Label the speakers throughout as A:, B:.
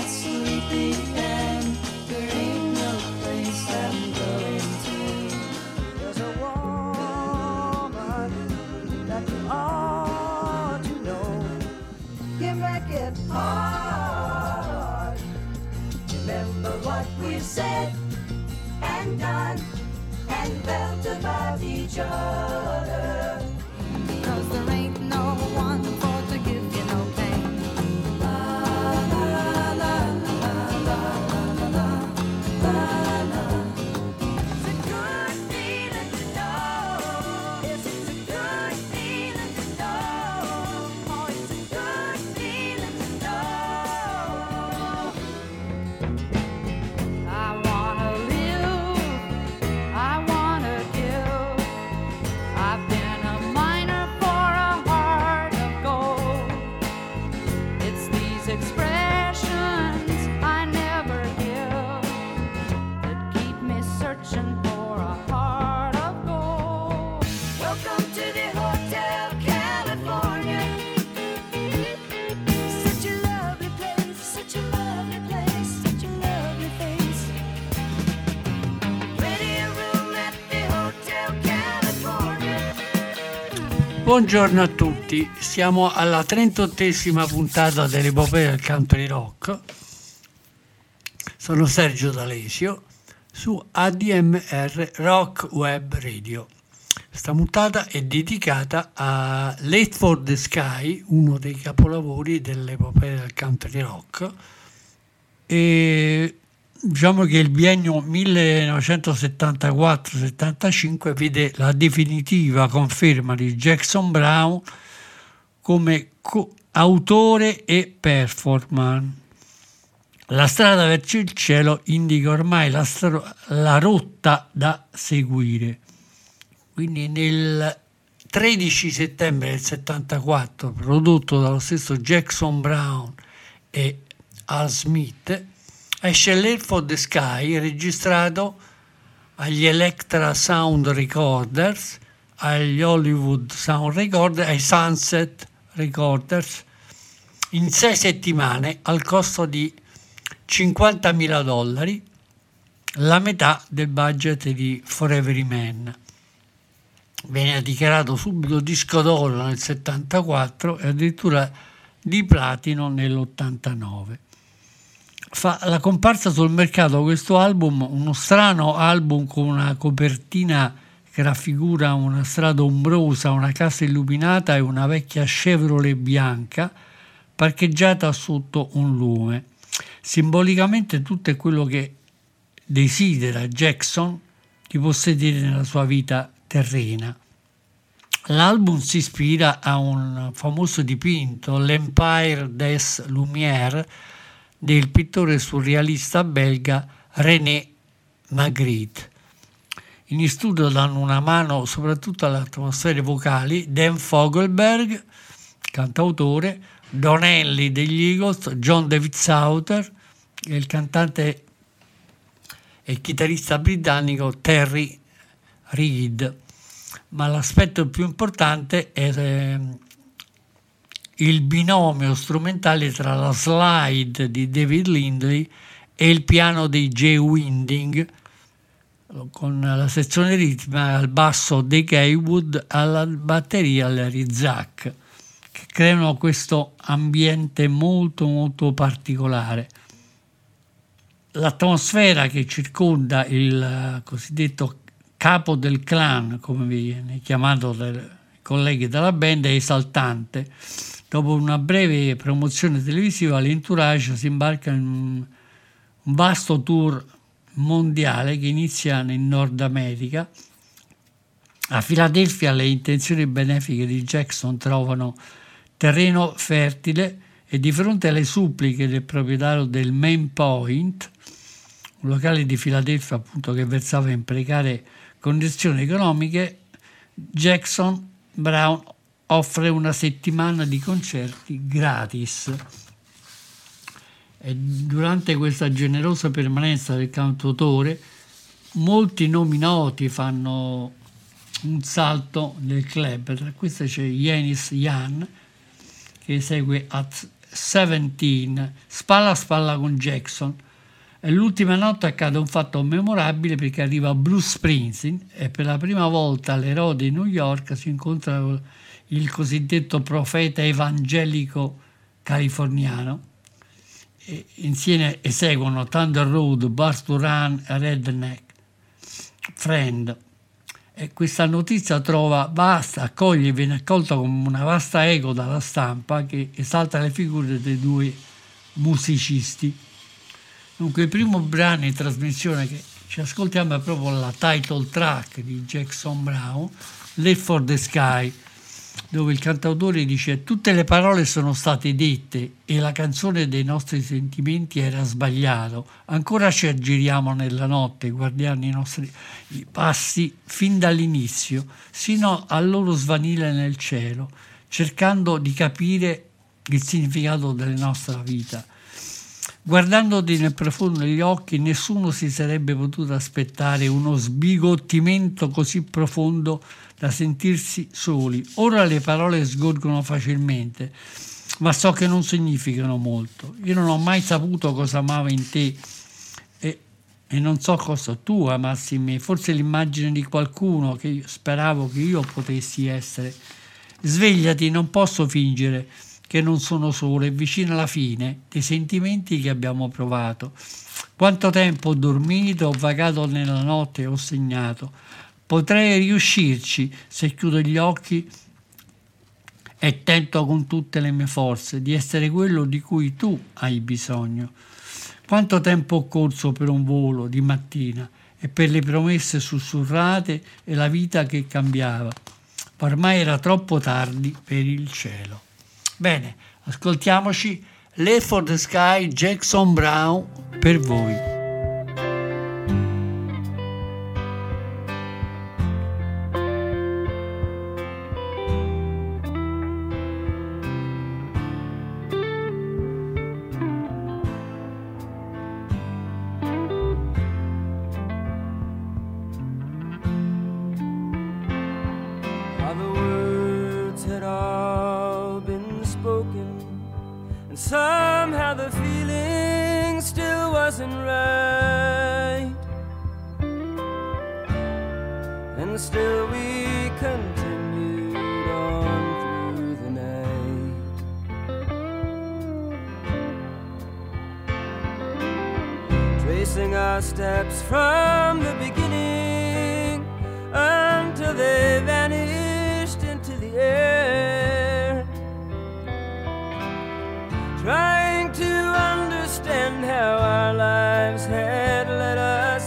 A: sleepy and there ain't no place I'm going to. There's a woman that you ought to know. You make it hard. Remember what we've said and done and felt about each other. 'Cause there ain't no one for to give you no pain. La la la la la la la la. It's a good feeling to know. It's a good feeling to know. Oh, it's a good feeling to know. I wanna live, I wanna give. I've been a miner for a heart of gold. It's these expressions I never give that keep me searching for a heart of gold. Welcome to the Hotel California. Such a lovely place, such a lovely place, such a lovely face. Plenty of room at the Hotel California.
B: Buongiorno a tutti, siamo alla 38esima puntata dell'Epopea del Country Rock. Sono Sergio D'Alesio su ADMR Rock Web Radio. Questa puntata è dedicata a Late for the Sky, uno dei capolavori dell'Epopea del Country Rock. E diciamo che il biennio 1974-75 vide la definitiva conferma di Jackson Browne come autore e performer. La strada verso il cielo indica ormai la rotta da seguire. Quindi nel 13 settembre del 74, prodotto dallo stesso Jackson Browne e Al Smith, esce Late for the Sky, registrato agli Elektra Sound Recorders, agli Hollywood Sound Recorders e ai Sunset Recorders in 6 settimane al costo di $50.000, la metà del budget di For Every Man. Venne dichiarato subito disco d'oro nel 74 e addirittura di platino nell'89. Fa la comparsa sul mercato questo album, uno strano album con una copertina che raffigura una strada ombrosa, una casa illuminata e una vecchia Chevrolet bianca parcheggiata sotto un lume. Simbolicamente tutto è quello che desidera Jackson di possedere nella sua vita terrena. L'album si ispira a un famoso dipinto, l'Empire des Lumières, del pittore surrealista belga René Magritte. In studio danno una mano soprattutto alle atmosfere vocali Dan Fogelberg, cantautore, Don Henley degli Eagles, John David Souther e il cantante e chitarrista britannico Terry Reid. Ma l'aspetto più importante è il binomio strumentale tra la slide di David Lindley e il piano dei Jay Winding, con la sezione ritmica al basso Dick Haywood, alla batteria Larry Zack, che creano questo ambiente molto molto particolare. L'atmosfera che circonda il cosiddetto capo del clan, come viene chiamato dai colleghi della band, è esaltante. Dopo una breve promozione televisiva, l'entourage si imbarca in un vasto tour mondiale che inizia in Nord America. A Filadelfia le intenzioni benefiche di Jackson trovano terreno fertile e di fronte alle suppliche del proprietario del Main Point, un locale di Filadelfia appunto che versava in precarie condizioni economiche, Jackson Browne offre una settimana di concerti gratis. E durante questa generosa permanenza del cantautore, molti nomi noti fanno un salto nel club. Tra questi c'è Janis Jan, che esegue 17, spalla a spalla con Jackson. E l'ultima notte accade un fatto memorabile perché arriva Bruce Springsteen e per la prima volta all'eroe di New York si incontra il cosiddetto profeta evangelico californiano. E insieme eseguono Thunder Road, Bars to Run e Redneck Friend. E questa notizia viene accolta come una vasta eco dalla stampa che esalta le figure dei due musicisti. Dunque il primo brano in trasmissione che ci ascoltiamo è proprio la title track di Jackson Browne, Left for the Sky, dove il cantautore dice: tutte le parole sono state dette e la canzone dei nostri sentimenti era sbagliato, ancora ci aggiriamo nella notte guardando i nostri passi fin dall'inizio sino al loro svanire nel cielo, cercando di capire il significato della nostra vita. Guardandoti nel profondo degli occhi, nessuno si sarebbe potuto aspettare uno sbigottimento così profondo da sentirsi soli. Ora le parole sgorgono facilmente, ma so che non significano molto. Io non ho mai saputo cosa amavo in te e non so cosa tu amassi in me, forse l'immagine di qualcuno che io speravo che io potessi essere. Svegliati, non posso fingere che non sono solo, è vicino alla fine dei sentimenti che abbiamo provato. Quanto tempo ho dormito, ho vagato nella notte, ho sognato. Potrei riuscirci se chiudo gli occhi e tento con tutte le mie forze di essere quello di cui tu hai bisogno. Quanto tempo ho corso per un volo di mattina e per le promesse sussurrate e la vita che cambiava. Ormai era troppo tardi per il cielo. Bene, ascoltiamoci Left for the Sky, Jackson Browne, per voi.
A: Somehow the feeling still wasn't right, and still we continued on through the night, tracing our steps from the beginning until they vanished into the air, trying to understand how our lives had led us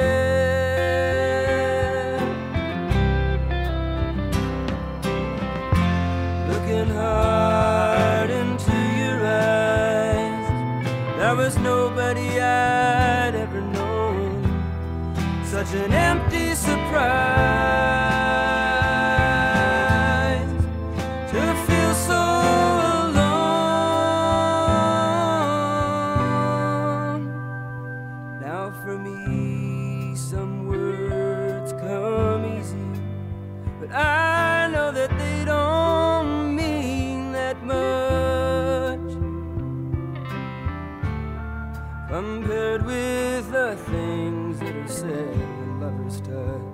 A: there. Looking hard into your eyes, there was nobody I'd ever known, such an empty surprise to feel so compared with the things that are said when lovers touch.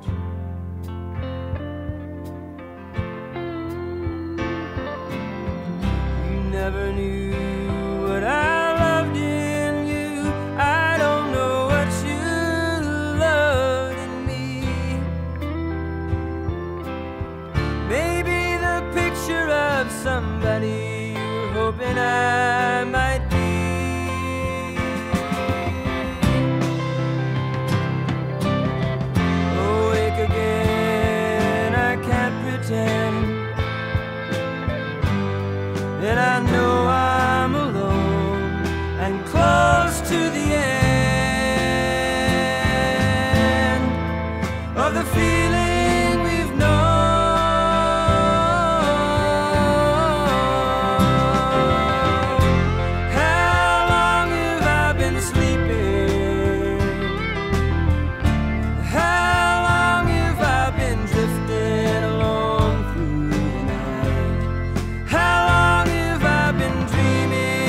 A: You never knew what I loved in you. I don't know what you loved in me. Maybe the picture of somebody you're hoping I might be. And I know I'm alone and close to the end of the feeling we've known. How long have I been sleeping? How long have I been drifting along through the night? How long have I been dreaming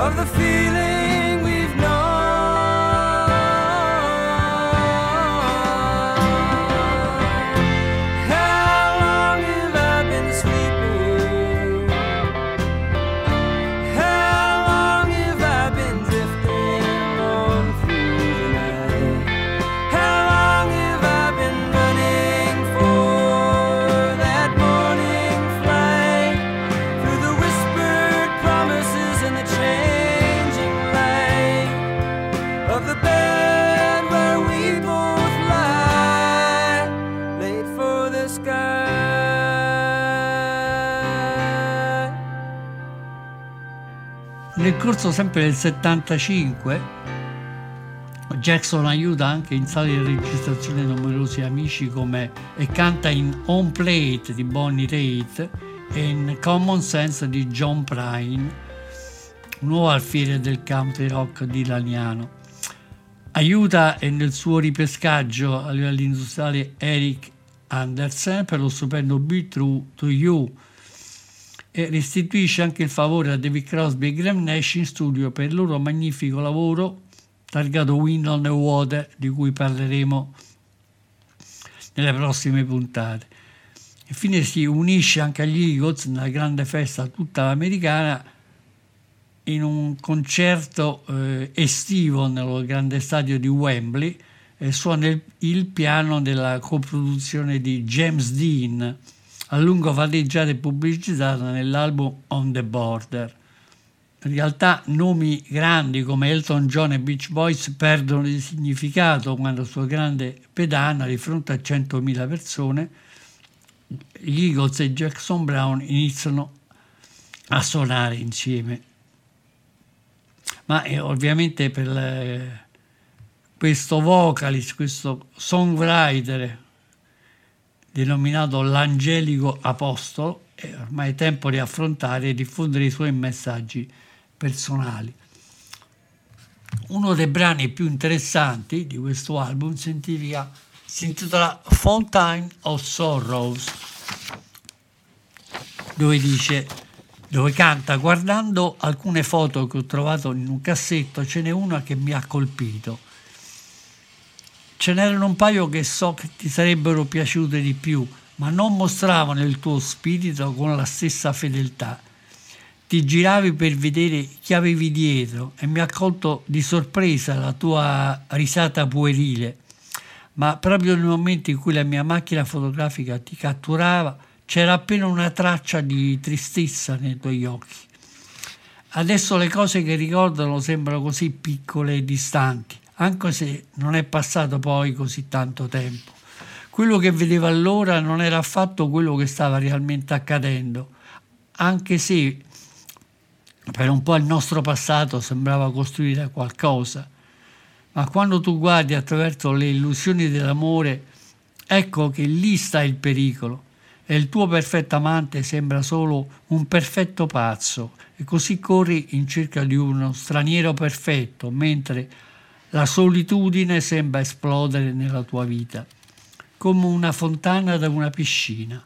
A: of the feeling we've known. How long have I been sleeping? How long have I been drifting on through the night? How long have I been running for that morning flight through the whispered promises and the changing light of the bed where we both lie, late for the sky?
B: Nel corso sempre del 75 Jackson aiuta anche in sala di registrazione numerosi amici come e canta in Home Plate di Bonnie Raitt e in Common Sense di John Prine, nuovo alfiere del country rock dilaniano. Aiuta nel suo ripescaggio a livello industriale Eric Andersen per lo stupendo Be True to You e restituisce anche il favore a David Crosby e Graham Nash in studio per il loro magnifico lavoro targato Wind on the Water, di cui parleremo nelle prossime puntate. Infine si unisce anche agli Eagles nella grande festa tutta americana in un concerto estivo nello grande stadio di Wembley e suona il piano della coproduzione di James Dean, a lungo vagheggiata e pubblicizzata nell'album On the Border. In realtà nomi grandi come Elton John e Beach Boys perdono di significato quando sul grande pedana di fronte a 100.000 persone gli Eagles e Jackson Browne iniziano a suonare insieme. Ma ovviamente per questo vocalist, questo songwriter denominato l'Angelico Apostolo, è ormai tempo di affrontare e diffondere i suoi messaggi personali. Uno dei brani più interessanti di questo album si intitola Fountain of Sorrows, dove canta: guardando alcune foto che ho trovato in un cassetto, ce n'è una che mi ha colpito. Ce n'erano un paio che so che ti sarebbero piaciute di più, ma non mostravano il tuo spirito con la stessa fedeltà. Ti giravi per vedere chi avevi dietro e mi ha colto di sorpresa la tua risata puerile, ma proprio nel momento in cui la mia macchina fotografica ti catturava c'era appena una traccia di tristezza nei tuoi occhi. Adesso le cose che ricordano sembrano così piccole e distanti, anche se non è passato poi così tanto tempo. Quello che vedevo allora non era affatto quello che stava realmente accadendo, anche se per un po' il nostro passato sembrava costruire qualcosa. Ma quando tu guardi attraverso le illusioni dell'amore, ecco che lì sta il pericolo. E il tuo perfetto amante sembra solo un perfetto pazzo e così corri in cerca di uno straniero perfetto, mentre la solitudine sembra esplodere nella tua vita, come una fontana da una piscina.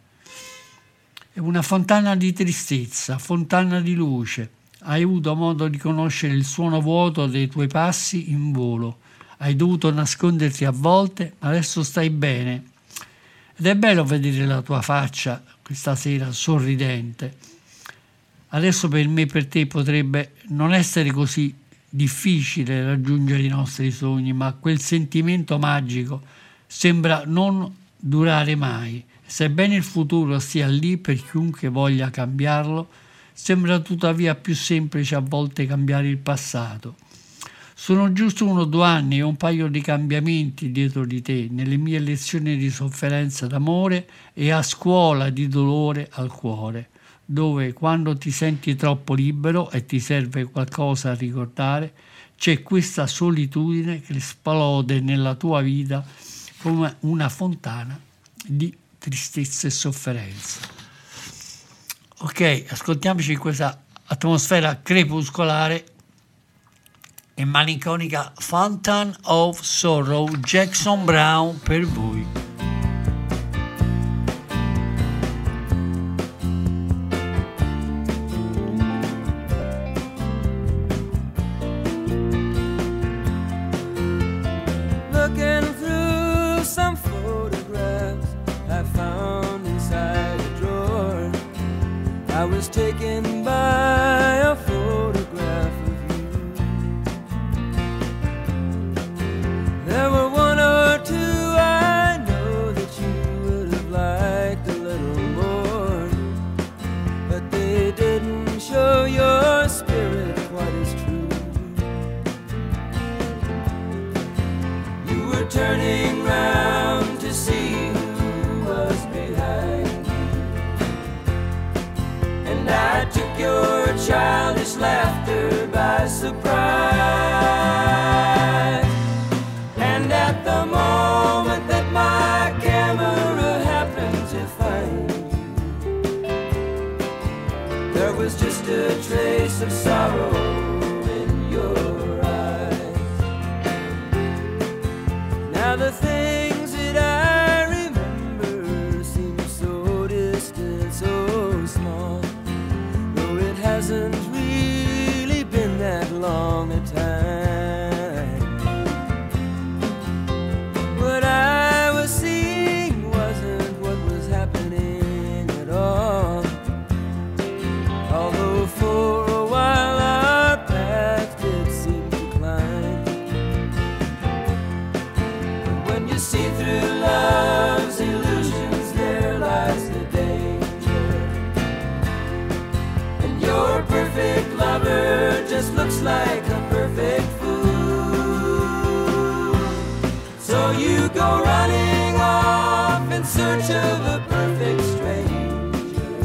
B: È una fontana di tristezza, fontana di luce. Hai avuto modo di conoscere il suono vuoto dei tuoi passi in volo. Hai dovuto nasconderti a volte, ma adesso stai bene. Ed è bello vedere la tua faccia questa sera sorridente. Adesso per me e per te potrebbe non essere così difficile raggiungere i nostri sogni, ma quel sentimento magico sembra non durare mai. Sebbene il futuro sia lì per chiunque voglia cambiarlo, sembra tuttavia più semplice a volte cambiare il passato. Sono giusto 1 o 2 anni e un paio di cambiamenti dietro di te, nelle mie lezioni di sofferenza d'amore e a scuola di dolore al cuore, dove quando ti senti troppo libero e ti serve qualcosa a ricordare, c'è questa solitudine che esplode nella tua vita come una fontana di tristezza e sofferenza. Ok, ascoltiamoci questa atmosfera crepuscolare e malinconica Fountain of Sorrow, Jackson Browne per voi.
A: taken by a photograph of you. There were one or two I know that you would have liked a little more, but they didn't show your spirit quite as true. You were turning round to see who was behind you, and I took your childish laughter by surprise. And at the moment that my camera happened to find you, there was just a trace of sorrow in your eyes. Now the things that I remember seem so distant, so small, though it hasn't really been that long a time. What I was seeing wasn't what was happening at all, although for a while our paths did seem to climb. But when you see through love's illusions, there lies the danger, and your perfect lover just looks like a perfect fool. So you go running off in search of a perfect stranger,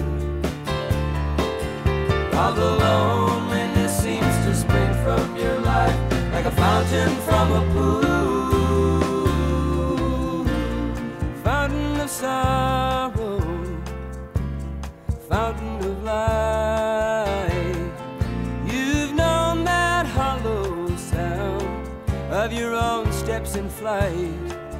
A: while the loneliness seems to spring from your life like a fountain from a pool. Fountain of sorrow, fountain of light. You've known that hollow sound of your own steps in flight.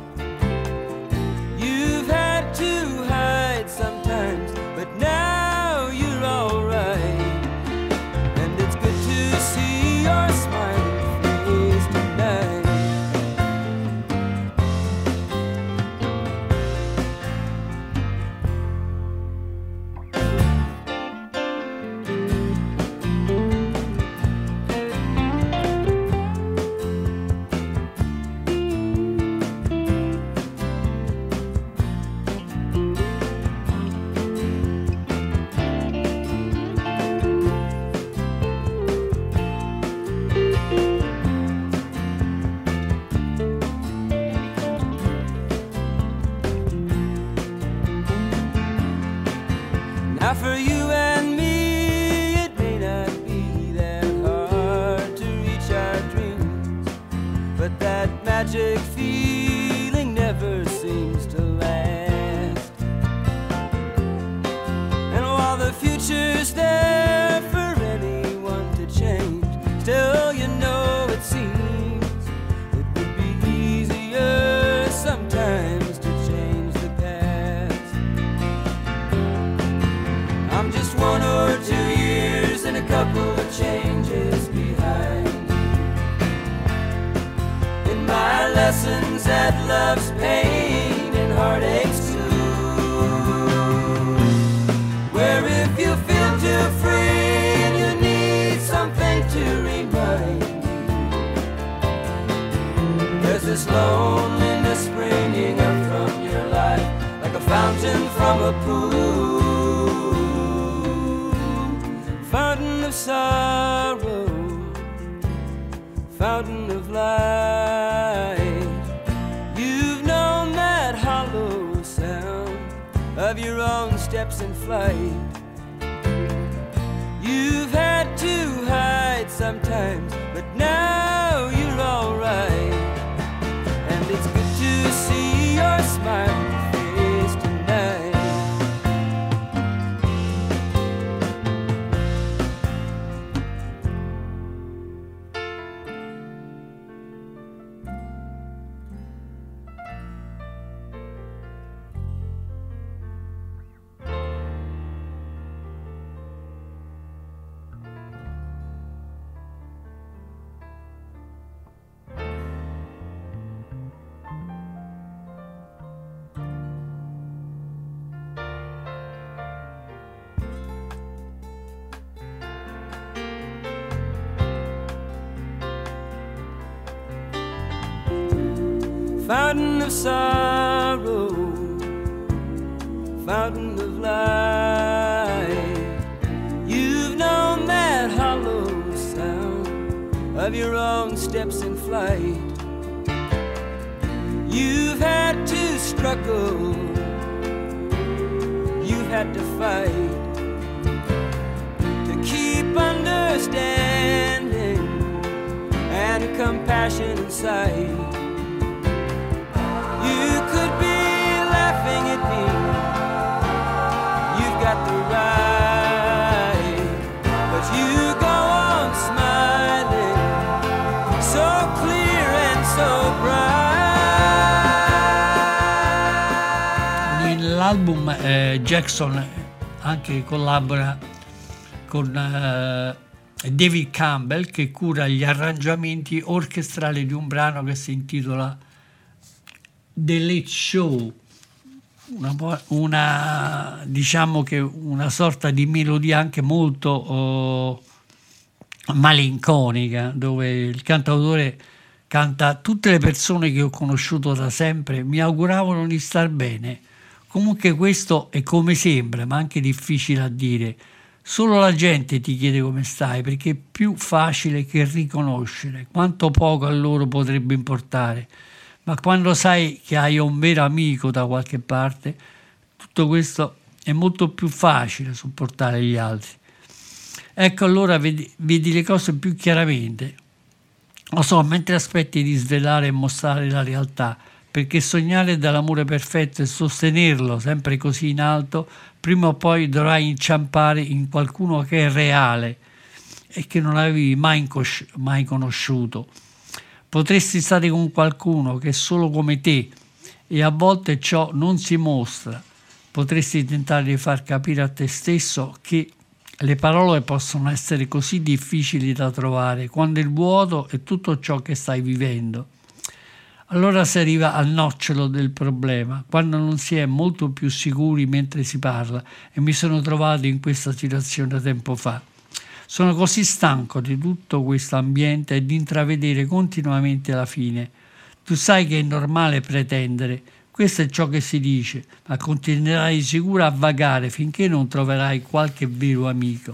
A: You've had to hide sometimes, but now you're alright. And it's good to see your smiling face tonight. Now for you and me, it may not be that hard to reach our dreams, but that magic feeling never seems to last. And while the future's there for anyone to change, still you know it seems it would be easier sometimes to change the past. I'm just 1 or 2 years and a couple of changes behind you in my lessons at love's pain and heartaches too. Where if you feel too free and you need something to remind you, there's this loneliness springing up from your life like a fountain from a pool. Fountain of sorrow, fountain of light. You've known that hollow sound of your own steps in flight. You've had to hide sometimes, but now you're alright. And it's good to see your smiling face tonight. fountain of sorrow, fountain of light. You've known that hollow sound of your own steps in flight. You've had to struggle, you've had to fight to keep understanding and compassion in sight. You could be laughing at me, you've got the right, but you go on smiling, so clear and so bright.
B: Nell'album Jackson anche collabora con David Campbell, che cura gli arrangiamenti orchestrali di un brano che si intitola The Late Show, diciamo che una sorta di melodia anche molto malinconica, dove il cantautore canta: tutte le persone che ho conosciuto da sempre mi auguravano di star bene. Comunque questo è come sembra, ma anche difficile a dire. Solo la gente ti chiede come stai, perché è più facile che riconoscere, quanto poco a loro potrebbe importare. Ma quando sai che hai un vero amico da qualche parte, tutto questo è molto più facile sopportare gli altri. Ecco, allora vedi le cose più chiaramente. Lo so, mentre aspetti di svelare e mostrare la realtà, perché sognare dell'amore perfetto e sostenerlo sempre così in alto, prima o poi dovrai inciampare in qualcuno che è reale e che non avevi mai conosciuto. Potresti stare con qualcuno che è solo come te e a volte ciò non si mostra. Potresti tentare di far capire a te stesso che le parole possono essere così difficili da trovare quando il vuoto è tutto ciò che stai vivendo. Allora si arriva al nocciolo del problema, quando non si è molto più sicuri mentre si parla, e mi sono trovato in questa situazione tempo fa. Sono così stanco di tutto questo ambiente e di intravedere continuamente la fine. Tu sai che è normale pretendere, questo è ciò che si dice, ma continuerai sicuro a vagare finché non troverai qualche vero amico.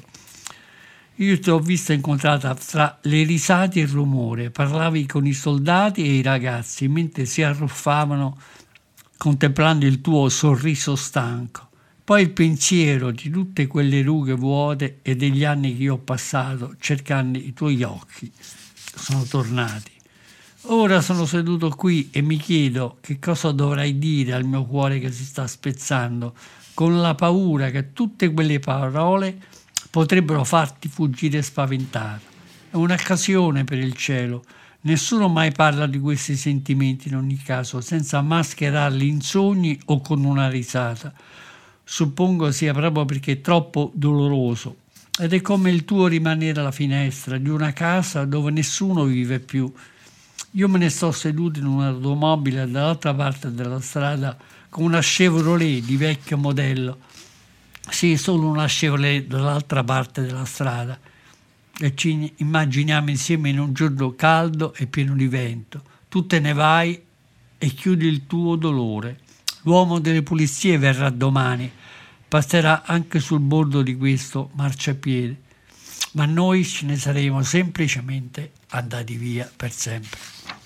B: Io ti ho vista incontrata tra le risate e il rumore, parlavi con i soldati e i ragazzi mentre si arruffavano contemplando il tuo sorriso stanco. Poi il pensiero di tutte quelle rughe vuote e degli anni che io ho passato cercando i tuoi occhi sono tornati. Ora sono seduto qui e mi chiedo che cosa dovrai dire al mio cuore che si sta spezzando, con la paura che tutte quelle parole potrebbero farti fuggire spaventato. È un'occasione per il cielo. Nessuno mai parla di questi sentimenti in ogni caso, senza mascherarli in sogni o con una risata. Suppongo sia proprio perché è troppo doloroso. Ed è come il tuo rimanere alla finestra di una casa dove nessuno vive più. Io me ne sto seduto in un'automobile dall'altra parte della strada con una Chevrolet di vecchio modello. Sì, solo una Chevrolet dall'altra parte della strada. E ci immaginiamo insieme in un giorno caldo e pieno di vento. Tu te ne vai e chiudi il tuo dolore. L'uomo delle pulizie verrà domani, passerà anche sul bordo di questo marciapiede, ma noi ce ne saremo semplicemente andati via per sempre.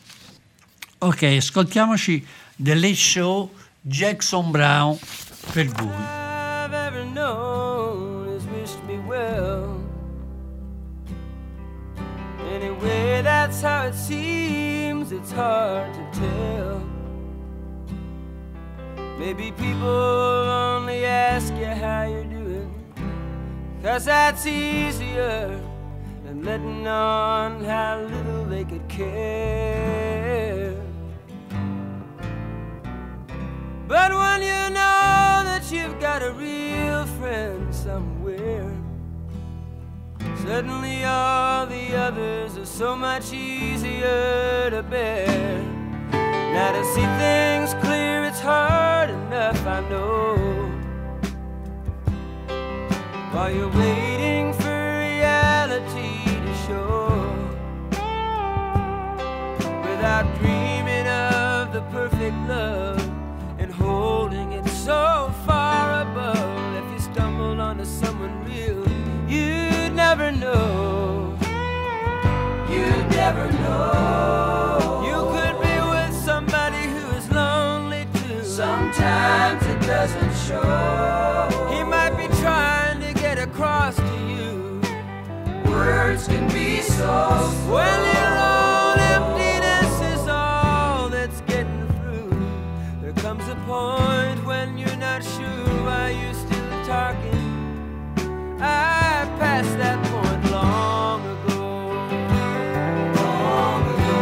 B: Ok, ascoltiamoci The Late Show, Jackson Browne per voi.
A: Has wished me well. Anyway, that's how it seems. It's hard to tell. Maybe people only ask you how you're doing, 'cause that's easier than letting on how little they could care. But when you know that you've got a real friend somewhere, suddenly all the others are so much easier to bear. Now to see things clear, it's hard enough, I know. While you're waiting for reality to show, without dreaming of the person make love and holding it so far above. If you stumbled onto someone real, you'd never know. You'd never know. You could be with somebody who is lonely too. Sometimes it doesn't show. He might be trying to get across to you. Words can be so slow. When your own emptiness is all that's getting through, there comes a point when you're not sure why you're still talking. I passed that point long ago. Long ago.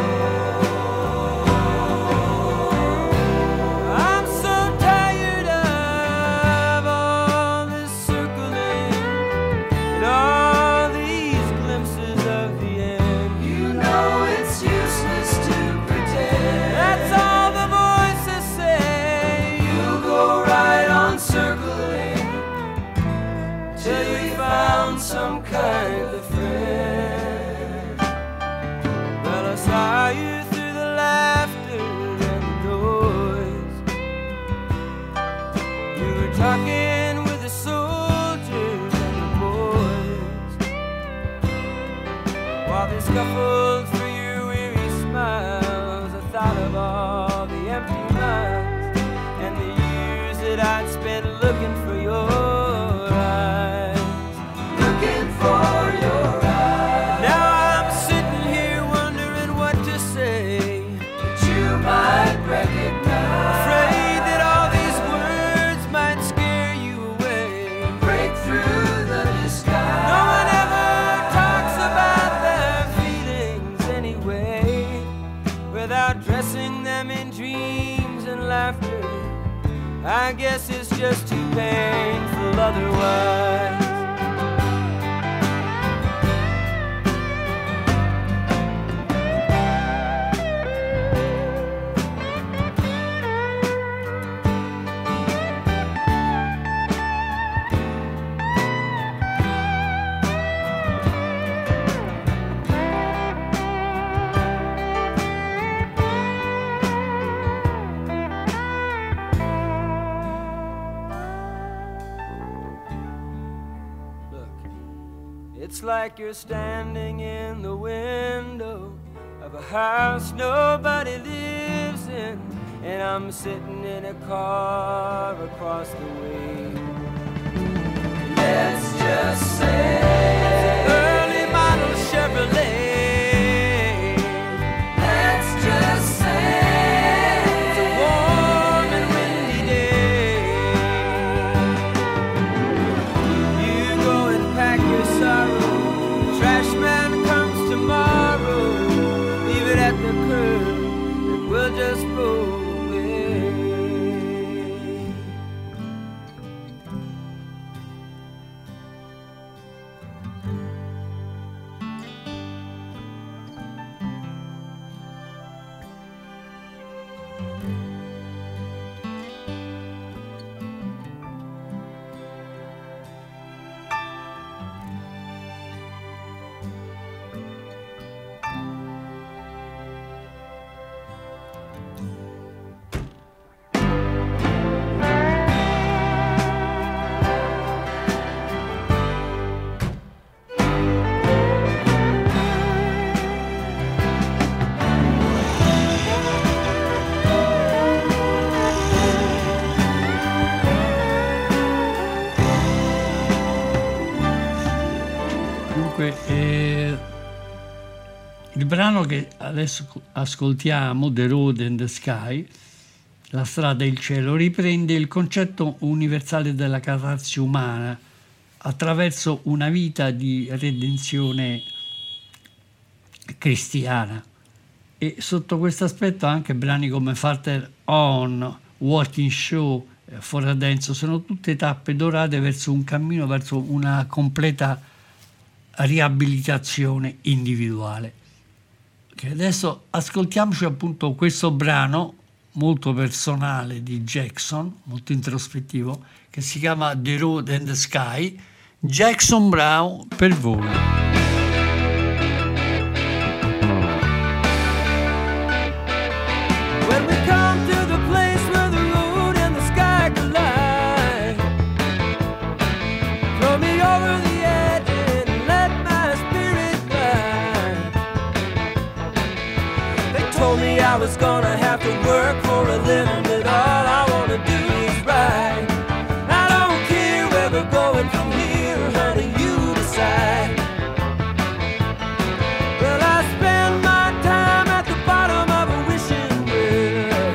A: I'm so tired of all this circling and all these glimpses of the end. You know it's useless to pretend. That's all the voices say. You go right on circling till you found some kind of friend. Well, I saw you through the laughter and the noise. You were talking with the soldiers and the boys, while they scuffled through your weary smiles. I thought of all the empty miles and the years that I'd spent looking for your eyes. Looking for your eyes. Now I'm sitting here wondering what to say that you might recognize. Afraid that all these words might scare you away. Break through the disguise. No one ever talks about their feelings anyway, without dressing them in dreams and laughter. I guess it's just too painful otherwise. It's like you're standing in the window of a house nobody lives in, and I'm sitting in a car across the way. Let's just say it's an early model Chevrolet. Let's just say it's a warm and windy day. You go and pack your sorrow. Trash man comes tomorrow. Leave it at the curb and we'll just roll away.
B: Il brano che adesso ascoltiamo, The Road and the Sky, La strada e il cielo, riprende il concetto universale della catarsi umana attraverso una vita di redenzione cristiana, e sotto questo aspetto anche brani come Farther On, Walking Show, For a Dance sono tutte tappe dorate verso un cammino verso una completa riabilitazione individuale. Che adesso ascoltiamoci appunto questo brano molto personale di Jackson, molto introspettivo, che si chiama The Road and the Sky. Jackson Browne per voi.
A: When we come to the told me I was gonna have to work for a living, but all I wanna do is ride. I don't care where we're going from here, honey, you decide. Well, I spend my time at the bottom of a wishing well,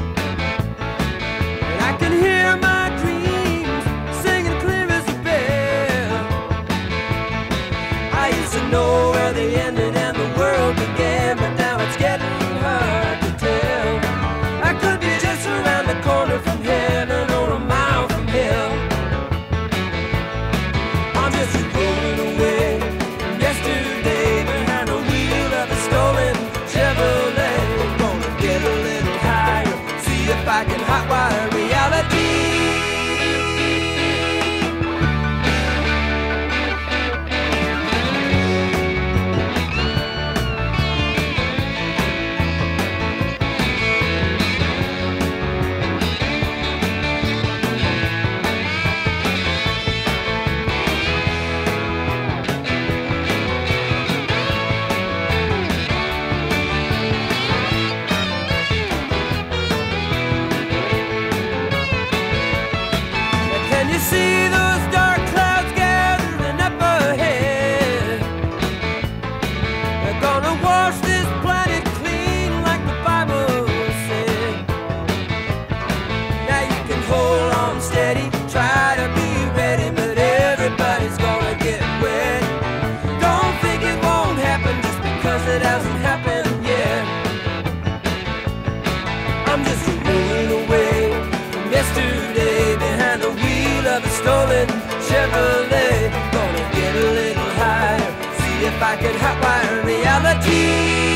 A: and I can hear my dreams singing clear as a bell. I used to know where they ended and the world began, but now it's getting hard to tell. I could be just around the corner from heaven or a mile from hell. I'm just rolling away from yesterday behind the wheel of a stolen Chevrolet. Gonna get a little higher, see if I can hotwire reality. Can you see those dark clouds gathering up ahead? They're gonna wash this planet clean like the Bible said. Now you can hold on steady, try to be ready, but everybody's gonna get wet. Don't think it won't happen just because it hasn't happened yet. I'm just rolling away from yesterday behind the wheel of a stolen Chevrolet. Gonna get a little higher, see if I can hotwire reality.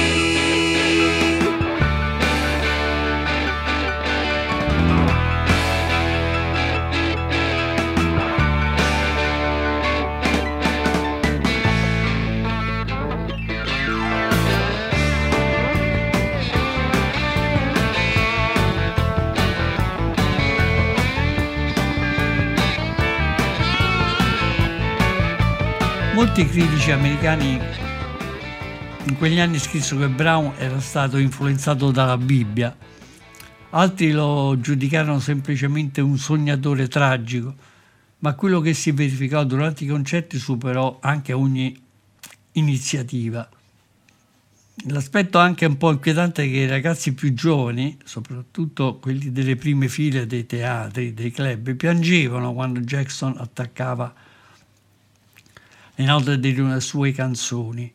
B: Molti critici americani in quegli anni scrissero che Brown era stato influenzato dalla Bibbia, altri lo giudicarono semplicemente un sognatore tragico, ma quello che si verificò durante i concerti superò anche ogni iniziativa. L'aspetto anche un po' inquietante è che i ragazzi più giovani, soprattutto quelli delle prime file dei teatri, dei club, piangevano quando Jackson attaccava le note delle sue canzoni.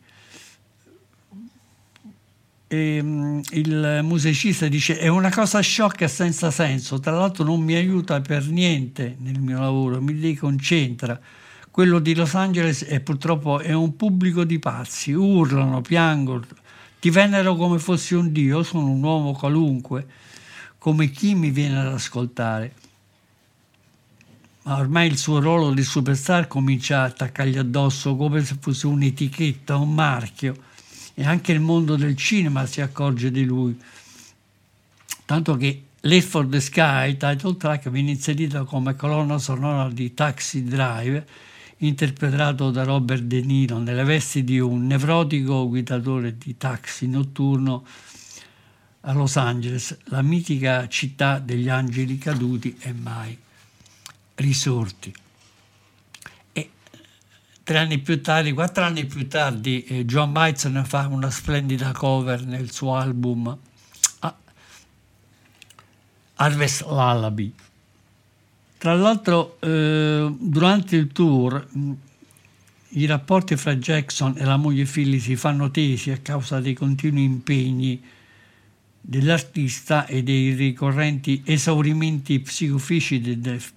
B: Il musicista dice: è una cosa sciocca e senza senso, tra l'altro non mi aiuta per niente nel mio lavoro, mi deconcentra. Quello di Los Angeles è purtroppo è un pubblico di pazzi, urlano, piangono, ti venero come fossi un dio, sono un uomo qualunque, come chi mi viene ad ascoltare. Ma ormai il suo ruolo di superstar comincia a attaccargli addosso come se fosse un'etichetta, un marchio, e anche il mondo del cinema si accorge di lui, tanto che Live for the Sky, title track, viene inserita come colonna sonora di Taxi Driver, interpretato da Robert De Niro nelle vesti di un nevrotico guidatore di taxi notturno a Los Angeles, la mitica città degli angeli caduti e mai risorti. E 4 anni più tardi, John Miles ne fa una splendida cover nel suo album Harvest Lullaby. Tra l'altro, durante il tour i rapporti fra Jackson e la moglie Phyllis si fanno tesi a causa dei continui impegni dell'artista e dei ricorrenti esaurimenti psicofisici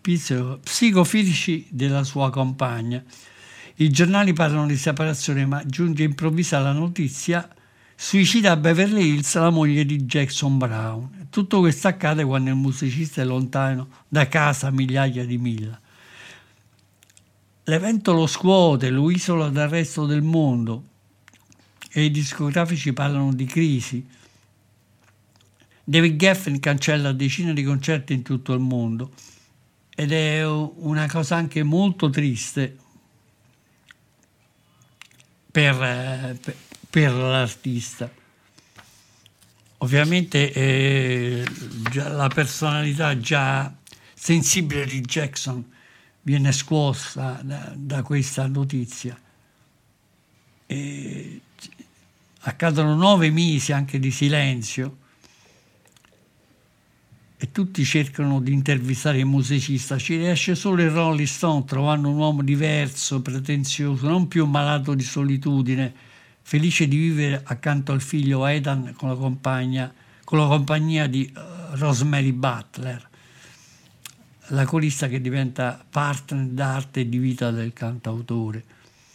B: della sua compagna. I giornali parlano di separazione, ma giunge improvvisa la notizia: suicida a Beverly Hills la moglie di Jackson Brown. Tutto questo accade quando il musicista è lontano da casa migliaia di miglia. L'evento lo scuote, lo isola dal resto del mondo e i discografici parlano di crisi. David Geffen cancella decine di concerti in tutto il mondo ed è una cosa anche molto triste per l'artista. ovviamente la personalità già sensibile di Jackson viene scossa da questa notizia. E accadono 9 mesi anche di silenzio e tutti cercano di intervistare il musicista. Ci riesce solo il Rolling Stone, trovando un uomo diverso, pretenzioso, non più malato di solitudine, felice di vivere accanto al figlio Ethan con la compagnia di Rosemary Butler, la corista che diventa partner d'arte e di vita del cantautore.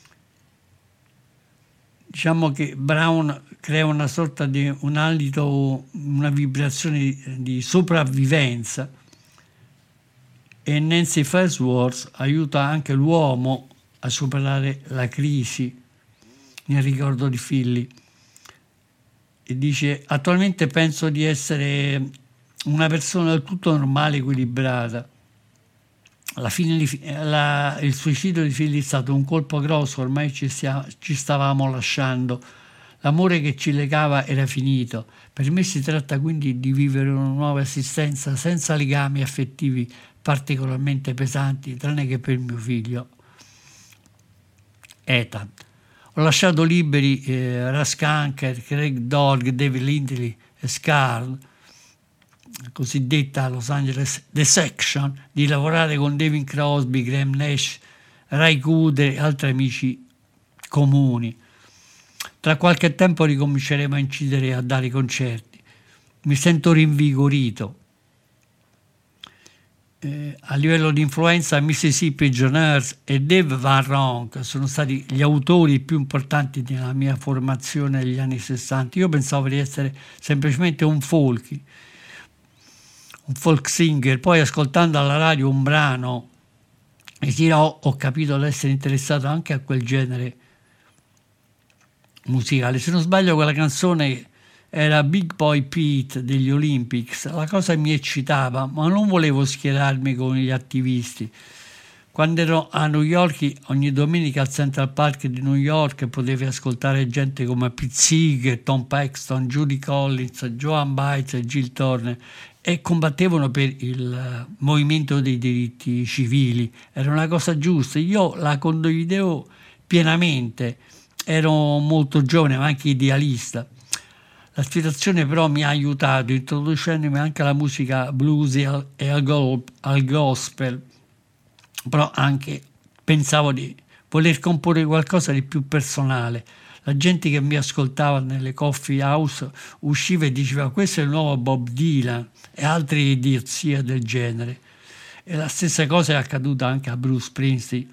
B: Diciamo che Brown crea una sorta di un alito, una vibrazione di sopravvivenza, e Nancy Farnsworth aiuta anche l'uomo a superare la crisi nel ricordo di Philly. E dice: attualmente penso di essere una persona del tutto normale e equilibrata. Il suicidio di Philly è stato un colpo grosso, ormai ci stavamo lasciando. L'amore che ci legava era finito. Per me si tratta quindi di vivere una nuova esistenza senza legami affettivi particolarmente pesanti, tranne che per mio figlio Ethan. Ho lasciato liberi Russ Kanker, Craig Dorg, David Lindley e Scarl, cosiddetta a Los Angeles The Section, di lavorare con David Crosby, Graham Nash, Ray Cooder e altri amici comuni. Tra qualche tempo ricominceremo a incidere e a dare concerti. Mi sento rinvigorito. A livello di influenza, Mississippi John Earth e Dave Van Ronk sono stati gli autori più importanti della mia formazione negli anni 60. Io pensavo di essere semplicemente un folk singer, poi ascoltando alla radio un brano ho capito di essere interessato anche a quel genere musicale. Se non sbaglio, quella canzone era Big Boy Pete degli Olympics. La cosa mi eccitava, ma non volevo schierarmi con gli attivisti. Quando ero a New York, ogni domenica al Central Park di New York potevi ascoltare gente come Pete Seeger, Tom Paxton, Judy Collins, Joan Baez e Jill Turner, e combattevano per il movimento dei diritti civili. Era una cosa giusta, io la condividevo pienamente, ero molto giovane ma anche idealista. La situazione però mi ha aiutato, introducendomi anche alla musica blues e al gospel, però anche pensavo di voler comporre qualcosa di più personale. La gente che mi ascoltava nelle coffee house usciva e diceva: questo è il nuovo Bob Dylan, e altre idiozie del genere. E la stessa cosa è accaduta anche a Bruce Springsteen.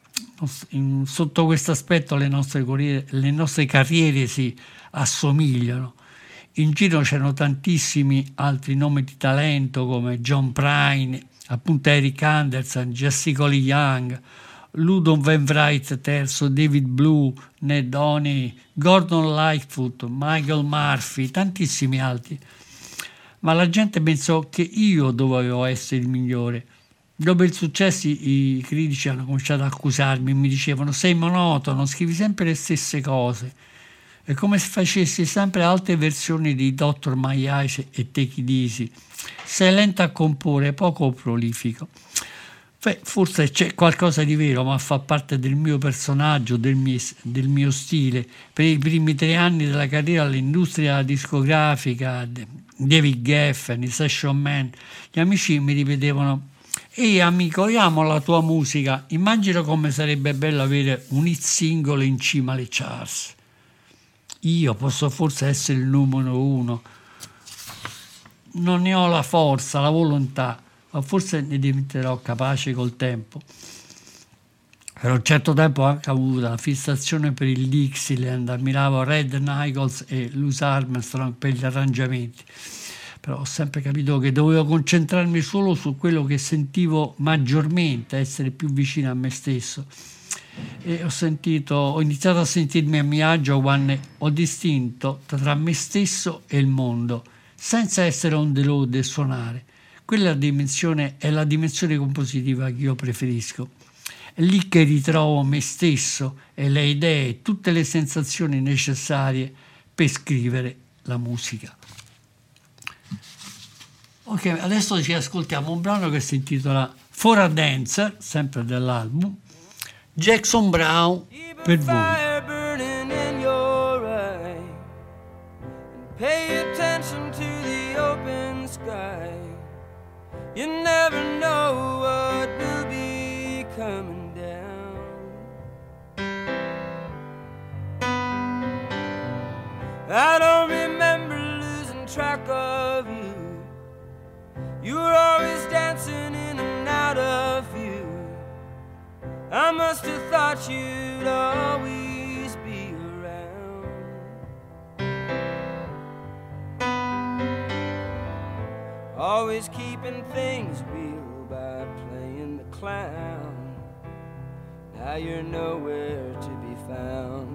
B: Sotto questo aspetto le nostre carriere si assomigliano. In giro c'erano tantissimi altri nomi di talento come John Prine, appunto Eric Anderson, Jesse Coley Young, Ludon Van Wright III, David Blue, Ned Honey, Gordon Lightfoot, Michael Murphy, tantissimi altri. Ma la gente pensò che io dovevo essere il migliore. Dopo il successo i critici hanno cominciato ad accusarmi e mi dicevano: sei monotono, scrivi sempre le stesse cose. È come se facessi sempre altre versioni di Dr. My Eyes e Take It Easy. Sei lento a comporre, poco prolifico. Forse c'è qualcosa di vero, ma fa parte del mio personaggio, del mio stile. Per i primi 3 anni della carriera all'industria discografica, David Geffen, i Session Man, gli amici mi ripetevano: ehi amico, io amo la tua musica, immagino come sarebbe bello avere un hit singolo in cima alle charts. Io posso forse essere il numero 1, non ne ho la forza, la volontà, ma forse ne diventerò capace col tempo. Per un certo tempo ho anche avuto la fissazione per il Dixieland, ammiravo Red Nichols e Louis Armstrong per gli arrangiamenti, però ho sempre capito che dovevo concentrarmi solo su quello che sentivo maggiormente, essere più vicino a me stesso. E ho iniziato a sentirmi a mio agio quando ho distinto tra me stesso e il mondo, senza essere on the road e suonare. Quella dimensione è la dimensione compositiva che io preferisco. È lì che ritrovo me stesso e le idee, tutte le sensazioni necessarie per scrivere la musica. Ok, adesso ci ascoltiamo un brano che si intitola For a Dancer, sempre dell'album Jackson Browne, per voi.
A: Fire burning in your eye. Pay attention to the open sky. You never know what will be coming down. I don't remember losing track of you. You were always dancing in and out of view. I must have thought you'd always be around. Always keeping things real by playing the clown. Now you're nowhere to be found.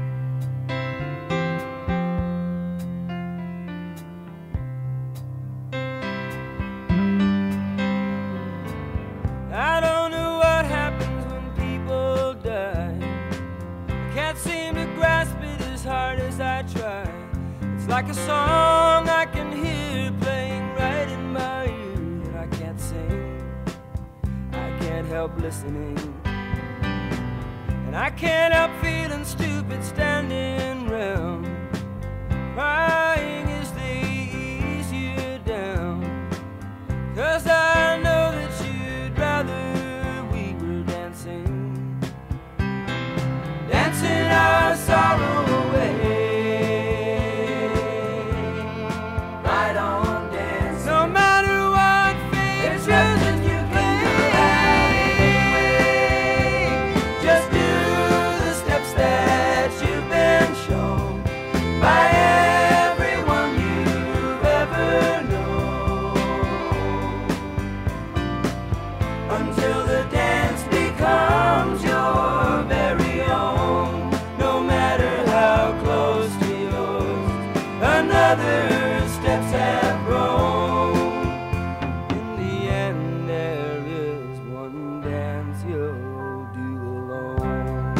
A: I don't know what happens when people die. I can't seem to grasp it as hard as I try. It's like a song I can hear playing right in my ear that I can't sing. I can't help listening, and I can't help feeling stupid standing round, crying as they ease you down. 'Cause I know that you'd rather we were dancing, dancing our sorrow away. Right on dancing. No matter what fate chooses you play, just do the steps that you've been shown by everyone you've ever known, until the dance becomes your very own. No matter how close to yours another steps have grown, in the end there is one dance you'll do alone.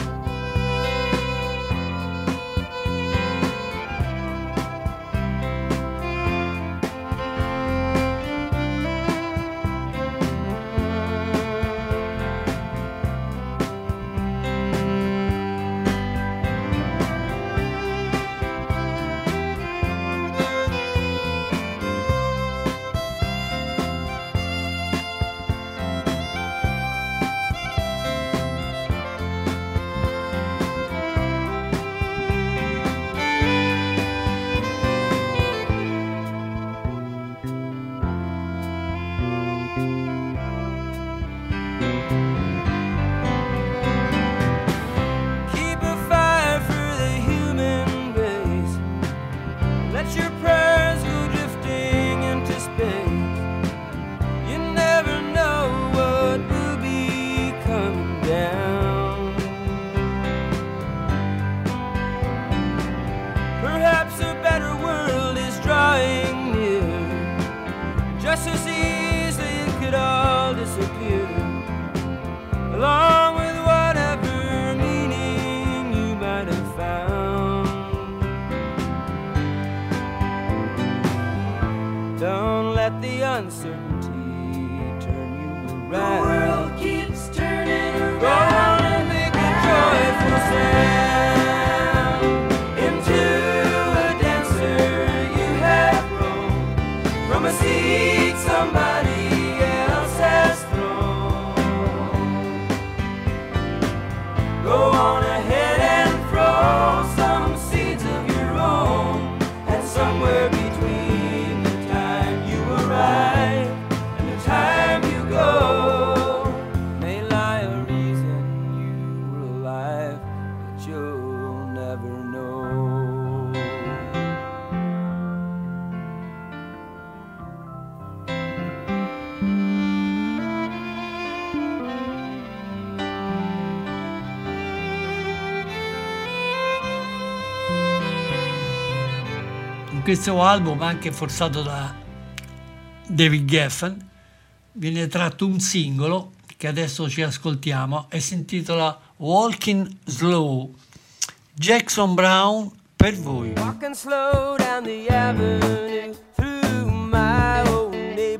A: Keep a fire for the human race. Let your prayers go drifting into space. You never know what will be coming down. Perhaps a better world is drawing near. Just as easily it could all disappear, along with whatever meaning you might have found. Don't let the uncertainty turn you around. The world keeps turning around. Go on and make a joyful sound. Into a dancer you have grown, from a seed somebody else has thrown. Go on ahead and throw some seeds of your own, and somewhere between the time you arrive and the time you go may lie a reason you were alive that you'll never know.
B: In questo album, anche forzato da David Geffen, viene tratto un singolo che adesso ci ascoltiamo e si intitola Walking Slow. Jackson Browne, per voi.
A: Walking slow down the avenue through my old neighborhood.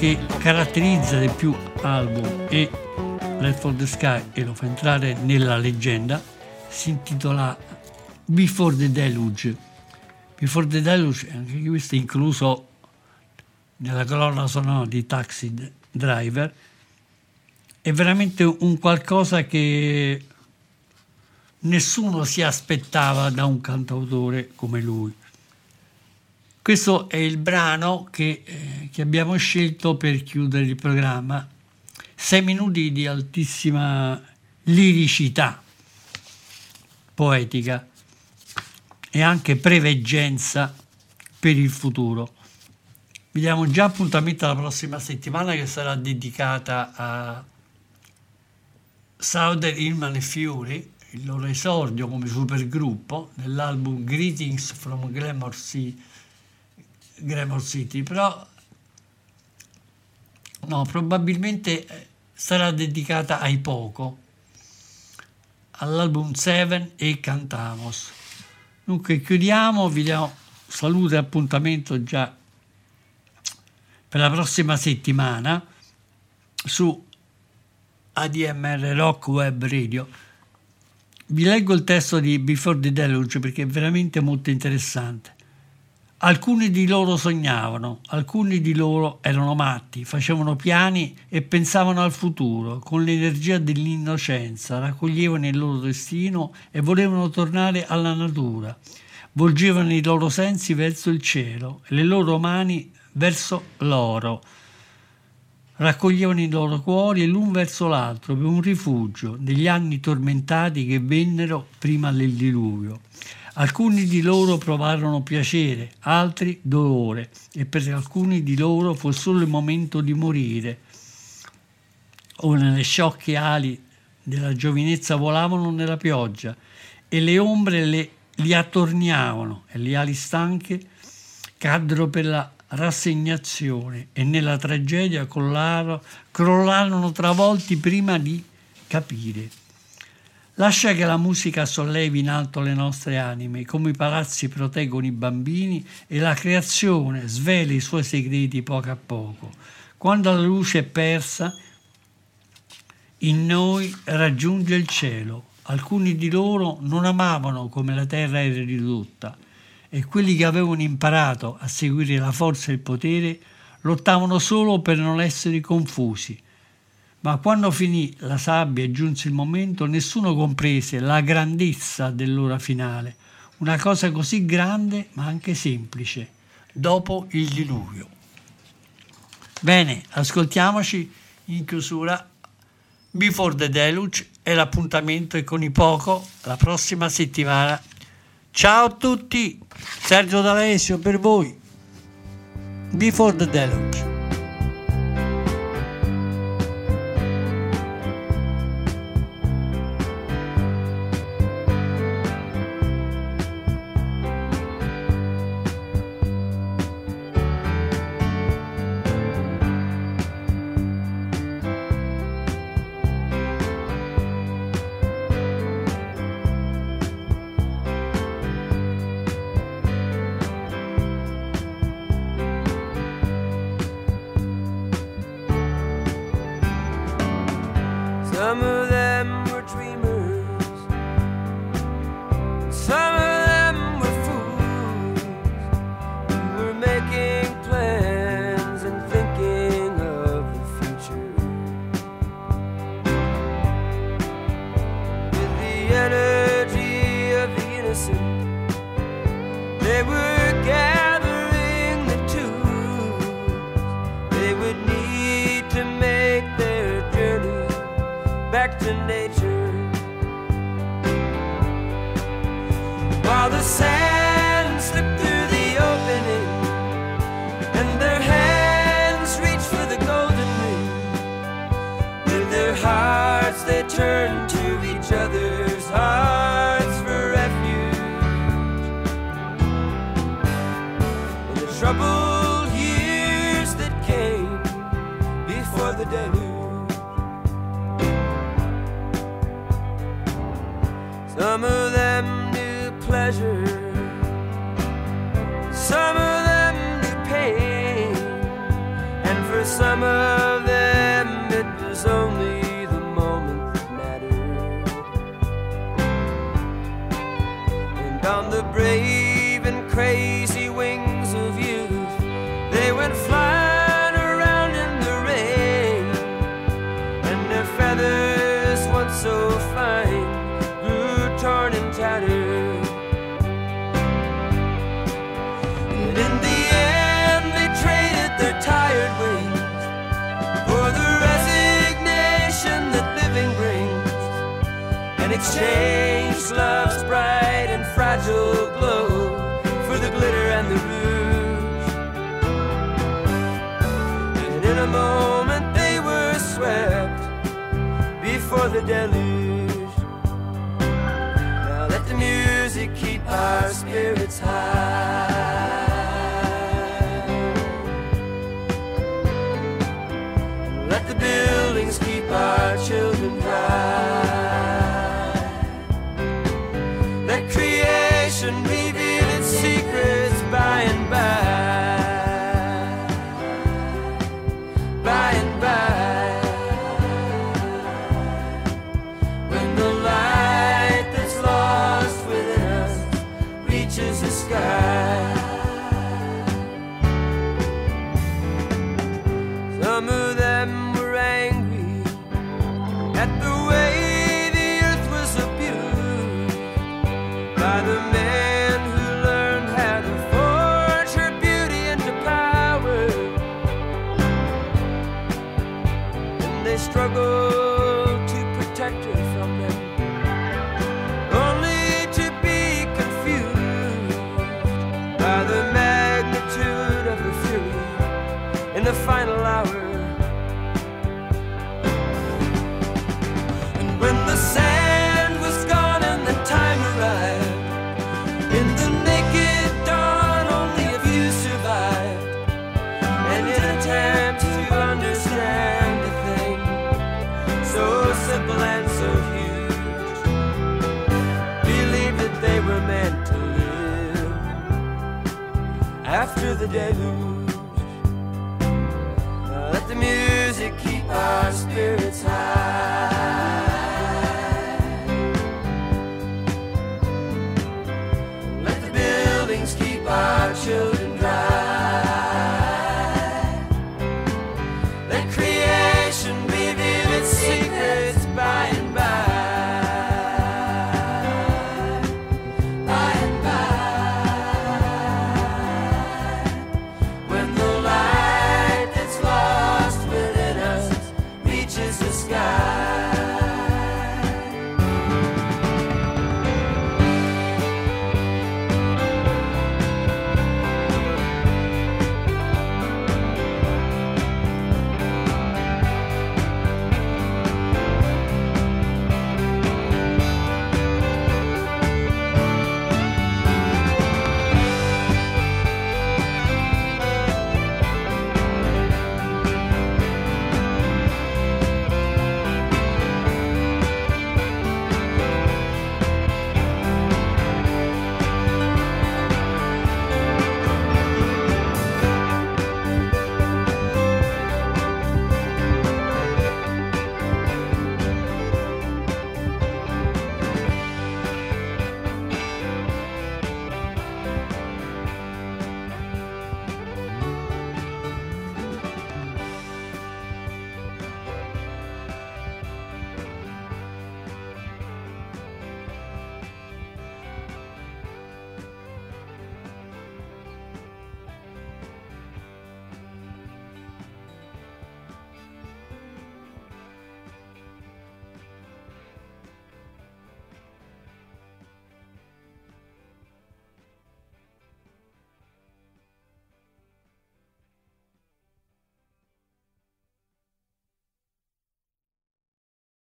B: che caratterizza di più l'album e Let for the Sky e lo fa entrare nella leggenda, si intitola Before the Deluge. Before the Deluge, anche questo è incluso nella colonna sonora di Taxi Driver, è veramente un qualcosa che nessuno si aspettava da un cantautore come lui. Questo è il brano che abbiamo scelto per chiudere il programma. 6 minuti di altissima liricità poetica e anche preveggenza per il futuro. Vi diamo già appuntamento alla prossima settimana, che sarà dedicata a Souther, Hillman e Fury, il loro esordio come supergruppo nell'album Greetings from Glamour City, però no, probabilmente sarà dedicata ai Poco, all'album Seven e Cantamos. Dunque chiudiamo, vi diamo saluto e appuntamento già per la prossima settimana su ADMR Rock Web Radio. Vi leggo il testo di Before the Deluge perché è veramente molto interessante. Alcuni di loro sognavano, alcuni di loro erano matti, facevano piani e pensavano al futuro, con l'energia dell'innocenza, raccoglievano il loro destino e volevano tornare alla natura, volgevano i loro sensi verso il cielo e le loro mani verso l'oro, raccoglievano i loro cuori l'un verso l'altro per un rifugio negli anni tormentati che vennero prima del diluvio. Alcuni di loro provarono piacere, altri dolore, e per alcuni di loro fu solo il momento di morire. O nelle sciocche ali della giovinezza volavano nella pioggia, e le ombre li attorniavano, e le ali stanche caddero per la rassegnazione, e nella tragedia crollarono travolti prima di capire. Lascia che la musica sollevi in alto le nostre anime, come i palazzi proteggono i bambini e la creazione svela i suoi segreti poco a poco. Quando la luce è persa, in noi raggiunge il cielo. Alcuni di loro non amavano come la terra era ridotta, e quelli che avevano imparato a seguire la forza e il potere lottavano solo per non essere confusi. Ma quando finì la sabbia e giunse il momento, nessuno comprese la grandezza dell'ora finale, una cosa così grande ma anche semplice, dopo il diluvio. Bene, ascoltiamoci in chiusura Before the Deluge, e l'appuntamento è con i Poco la prossima settimana. Ciao a tutti, Sergio D'Alessio per voi. Before the Deluge.
C: Some of them were dreamers, some of them were fools, who were making plans and thinking of the future. With the energy of the innocent, they were gathering the tools they would need to make their journey back to nature. While the sand slipped through the opening and their hands reached for the golden ring, with their hearts they turned to each other's hearts for refuge. In the troubled years that came before the deluge, brave and crazy wings of youth, they went flying around in the rain, and their feathers, once so fine, grew torn and tattered. And in the end they traded their tired wings for the resignation that living brings, and exchanged love's bright and fragile glow for the glitter and the rouge. And in a moment they were swept before the deluge. Now let the music keep our spirits high. Let the buildings keep our children dry. Let creation reveal its secrets by and by. By and by. When the light that's lost within us reaches the sky. Some of them were angry at the way the earth was abused by the man who learned how to forge her beauty into power. And they struggled to protect her from them, only to be confused by the magnitude of her fury in the final hour. And when the sand was gone and the time arrived, in the naked dawn only a few survived. And in an attempt to understand a thing so simple and so huge, believed that they were meant to live after the deluge. Let the music keep our spirits high.